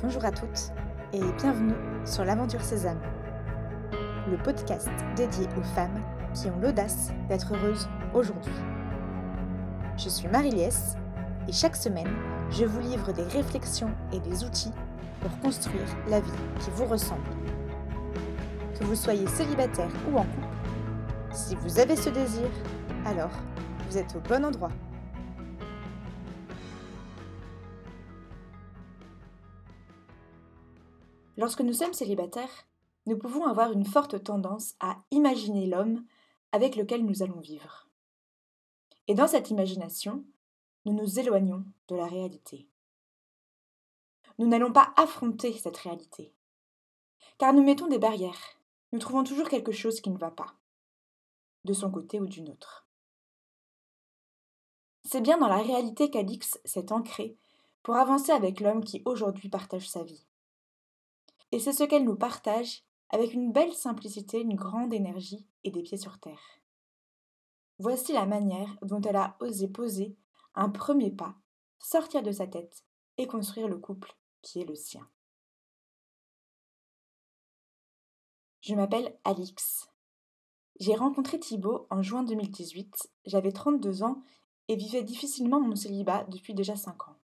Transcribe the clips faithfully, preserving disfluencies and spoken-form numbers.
Bonjour à toutes et bienvenue sur l'Aventure Sésame, le podcast dédié aux femmes qui ont l'audace d'être heureuses aujourd'hui. Je suis Marie-Liesse et chaque semaine, je vous livre des réflexions et des outils pour construire la vie qui vous ressemble. Que vous soyez célibataire ou en couple, si vous avez ce désir, alors vous êtes au bon endroit. Lorsque nous sommes célibataires, nous pouvons avoir une forte tendance à imaginer l'homme avec lequel nous allons vivre. Et dans cette imagination, nous nous éloignons de la réalité. Nous n'allons pas affronter cette réalité, car nous mettons des barrières. Nous trouvons toujours quelque chose qui ne va pas, de son côté ou d'une autre. C'est bien dans la réalité qu'Alix s'est ancrée pour avancer avec l'homme qui aujourd'hui partage sa vie. Et c'est ce qu'elle nous partage avec une belle simplicité, une grande énergie et des pieds sur terre. Voici la manière dont elle a osé poser un premier pas, sortir de sa tête et construire le couple qui est le sien. Je m'appelle Alix. J'ai rencontré Thibaut en juin deux mille dix-huit, j'avais trente-deux ans et vivais difficilement mon célibat depuis déjà cinq ans.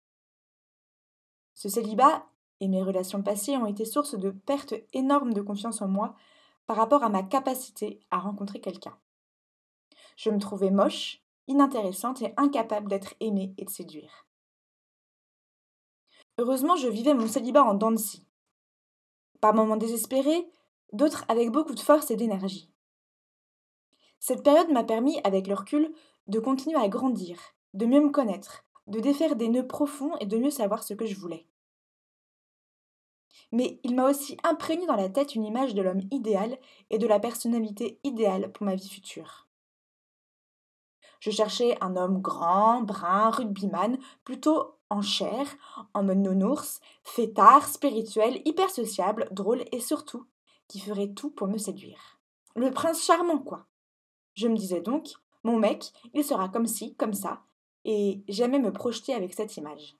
Ce célibat et mes relations passées ont été source de pertes énormes de confiance en moi par rapport à ma capacité à rencontrer quelqu'un. Je me trouvais moche, inintéressante et incapable d'être aimée et de séduire. Heureusement, je vivais mon célibat en dents de scie. Par moments désespérés, d'autres avec beaucoup de force et d'énergie. Cette période m'a permis, avec le recul, de continuer à grandir, de mieux me connaître, de défaire des nœuds profonds et de mieux savoir ce que je voulais. Mais il m'a aussi imprégné dans la tête une image de l'homme idéal et de la personnalité idéale pour ma vie future. Je cherchais un homme grand, brun, rugbyman, plutôt en chair, en mode nounours, fêtard, spirituel, hyper sociable, drôle et surtout, qui ferait tout pour me séduire. Le prince charmant, quoi. Je me disais donc, mon mec, il sera comme ci, comme ça, et j'aimais me projeter avec cette image.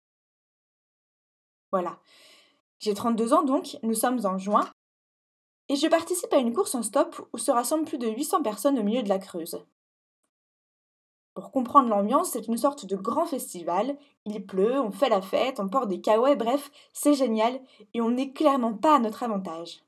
Voilà. J'ai trente-deux ans donc, nous sommes en juin, et je participe à une course en stop où se rassemblent plus de huit cents personnes au milieu de la Creuse. Pour comprendre l'ambiance, c'est une sorte de grand festival, il pleut, on fait la fête, on porte des kawaii, bref, c'est génial, et on n'est clairement pas à notre avantage.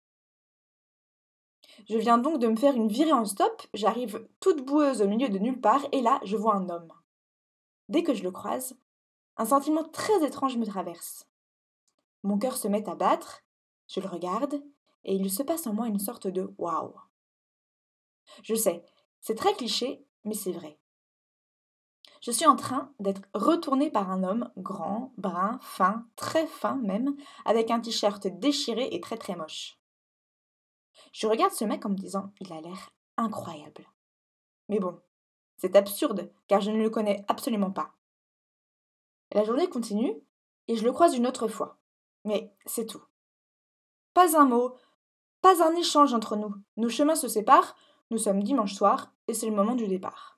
Je viens donc de me faire une virée en stop, j'arrive toute boueuse au milieu de nulle part, et là, je vois un homme. Dès que je le croise, un sentiment très étrange me traverse. Mon cœur se met à battre, je le regarde, et il se passe en moi une sorte de waouh. Je sais, c'est très cliché, mais c'est vrai. Je suis en train d'être retournée par un homme grand, brun, fin, très fin même, avec un t-shirt déchiré et très très moche. Je regarde ce mec en me disant, il a l'air incroyable. Mais bon, c'est absurde, car je ne le connais absolument pas. La journée continue, et je le croise une autre fois. Mais c'est tout. Pas un mot, pas un échange entre nous. Nos chemins se séparent, nous sommes dimanche soir, et c'est le moment du départ.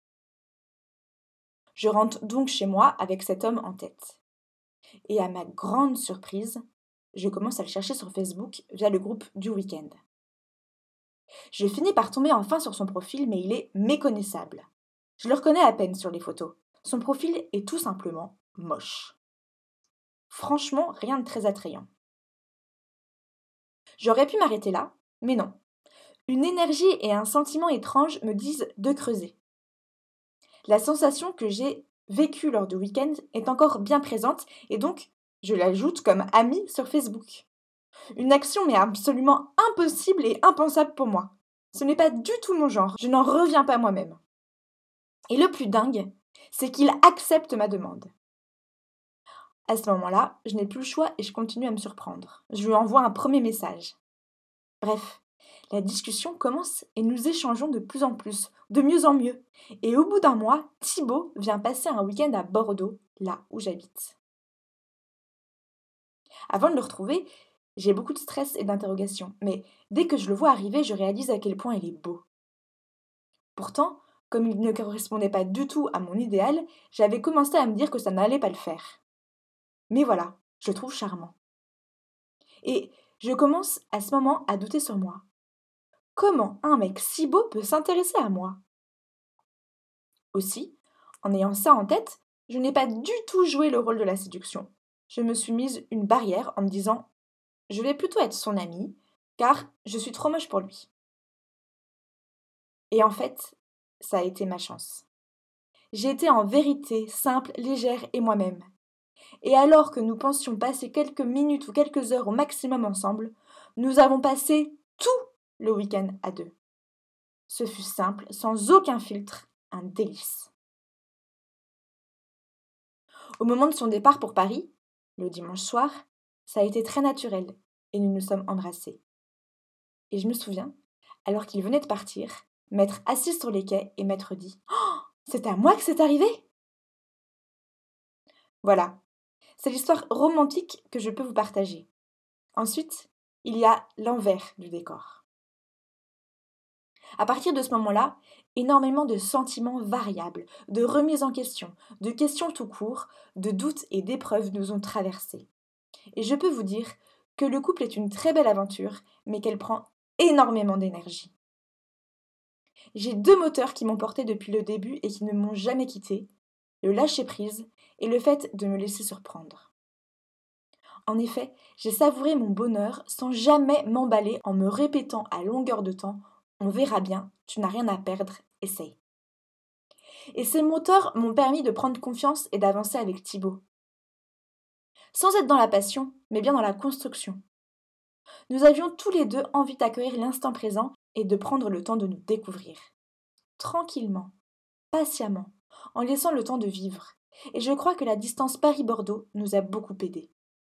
Je rentre donc chez moi avec cet homme en tête. Et à ma grande surprise, je commence à le chercher sur Facebook via le groupe du week-end. Je finis par tomber enfin sur son profil, mais il est méconnaissable. Je le reconnais à peine sur les photos. Son profil est tout simplement moche. Franchement, rien de très attrayant. J'aurais pu m'arrêter là, mais non. Une énergie et un sentiment étrange me disent de creuser. La sensation que j'ai vécue lors du week-end est encore bien présente et donc je l'ajoute comme amie sur Facebook. Une action mais absolument impossible et impensable pour moi. Ce n'est pas du tout mon genre, je n'en reviens pas moi-même. Et le plus dingue, c'est qu'il accepte ma demande. À ce moment-là, je n'ai plus le choix et je continue à me surprendre. Je lui envoie un premier message. Bref, la discussion commence et nous échangeons de plus en plus, de mieux en mieux. Et au bout d'un mois, Thibaut vient passer un week-end à Bordeaux, là où j'habite. Avant de le retrouver, j'ai beaucoup de stress et d'interrogation, mais dès que je le vois arriver, je réalise à quel point il est beau. Pourtant, comme il ne correspondait pas du tout à mon idéal, j'avais commencé à me dire que ça n'allait pas le faire. Mais voilà, Je le trouve charmant. Et je commence à ce moment à douter sur moi. Comment un mec si beau peut s'intéresser à moi? Aussi, en ayant ça en tête, je n'ai pas du tout joué le rôle de la séduction. Je me suis mise une barrière en me disant « Je vais plutôt être son amie, car je suis trop moche pour lui. » Et en fait, ça a été ma chance. J'ai été en vérité simple, légère et moi-même. Et alors que nous pensions passer quelques minutes ou quelques heures au maximum ensemble, nous avons passé tout le week-end à deux. Ce fut simple, sans aucun filtre, un délice. Au moment de son départ pour Paris, le dimanche soir, ça a été très naturel et nous nous sommes embrassés. Et je me souviens, alors qu'il venait de partir, m'être assise sur les quais et m'être dit « Oh, c'est à moi que c'est arrivé !» Voilà, c'est l'histoire romantique que je peux vous partager. Ensuite, il y a l'envers du décor. À partir de ce moment-là, énormément de sentiments variables, de remises en question, de questions tout court, de doutes et d'épreuves nous ont traversés. Et je peux vous dire que le couple est une très belle aventure, mais qu'elle prend énormément d'énergie. J'ai deux moteurs qui m'ont porté depuis le début et qui ne m'ont jamais quitté, le lâcher-prise et le fait de me laisser surprendre. En effet, j'ai savouré mon bonheur sans jamais m'emballer en me répétant à longueur de temps « On verra bien, tu n'as rien à perdre, essaye ». Et ces moteurs m'ont permis de prendre confiance et d'avancer avec Thibaut. Sans être dans la passion, mais bien dans la construction. Nous avions tous les deux envie d'accueillir l'instant présent et de prendre le temps de nous découvrir. Tranquillement, patiemment, en laissant le temps de vivre. Et je crois que la distance Paris-Bordeaux nous a beaucoup aidés.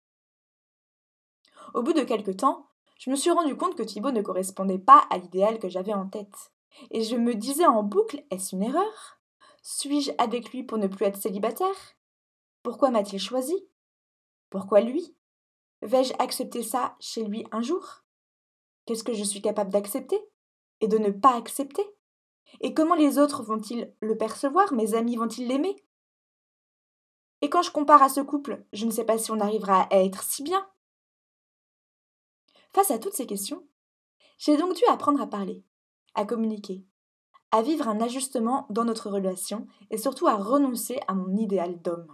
Au bout de quelques temps, je me suis rendu compte que Thibaut ne correspondait pas à l'idéal que j'avais en tête. Et je me disais en boucle, est-ce une erreur? Suis-je avec lui pour ne plus être célibataire? Pourquoi m'a-t-il choisi? Pourquoi lui? Vais-je accepter ça chez lui un jour? Qu'est-ce que je suis capable d'accepter et de ne pas accepter? Et comment les autres vont-ils le percevoir? Mes amis vont-ils l'aimer? Et quand je compare à ce couple, je ne sais pas si on arrivera à être si bien. Face à toutes ces questions, j'ai donc dû apprendre à parler, à communiquer, à vivre un ajustement dans notre relation et surtout à renoncer à mon idéal d'homme.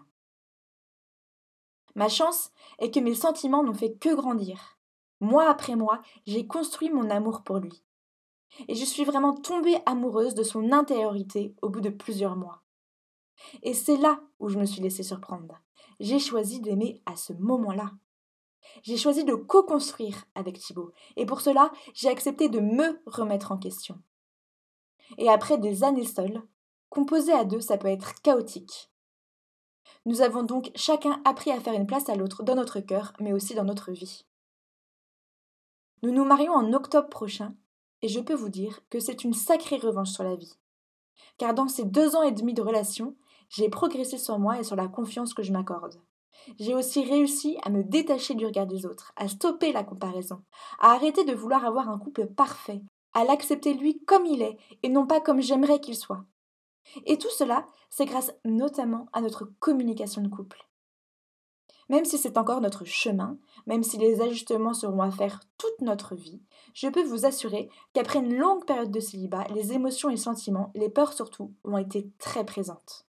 Ma chance est que mes sentiments n'ont fait que grandir. Mois après mois, j'ai construit mon amour pour lui. Et je suis vraiment tombée amoureuse de son intériorité au bout de plusieurs mois. Et c'est là où je me suis laissée surprendre. J'ai choisi d'aimer à ce moment-là. J'ai choisi de co-construire avec Thibaut. Et pour cela, j'ai accepté de me remettre en question. Et après des années seules, composer à deux, ça peut être chaotique. Nous avons donc chacun appris à faire une place à l'autre dans notre cœur, mais aussi dans notre vie. Nous nous marions en octobre prochain, et je peux vous dire que c'est une sacrée revanche sur la vie. Car dans ces deux ans et demi de relation, j'ai progressé sur moi et sur la confiance que je m'accorde. J'ai aussi réussi à me détacher du regard des autres, à stopper la comparaison, à arrêter de vouloir avoir un couple parfait, à l'accepter lui comme il est et non pas comme j'aimerais qu'il soit. Et tout cela, c'est grâce notamment à notre communication de couple. Même si c'est encore notre chemin, même si les ajustements seront à faire toute notre vie, je peux vous assurer qu'après une longue période de célibat, les émotions et sentiments, les peurs surtout, ont été très présentes.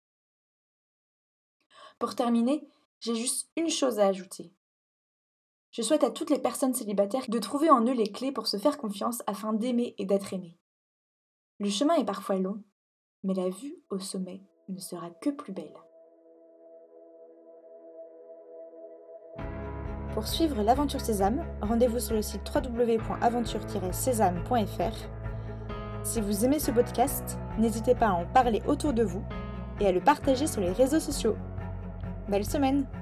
Pour terminer, j'ai juste une chose à ajouter. Je souhaite à toutes les personnes célibataires de trouver en eux les clés pour se faire confiance afin d'aimer et d'être aimé. Le chemin est parfois long, mais la vue au sommet ne sera que plus belle. Pour suivre l'aventure Sésame, rendez-vous sur le site w w w point aventure tiret sésame point f r. Si vous aimez ce podcast, n'hésitez pas à en parler autour de vous et à le partager sur les réseaux sociaux. Belle semaine!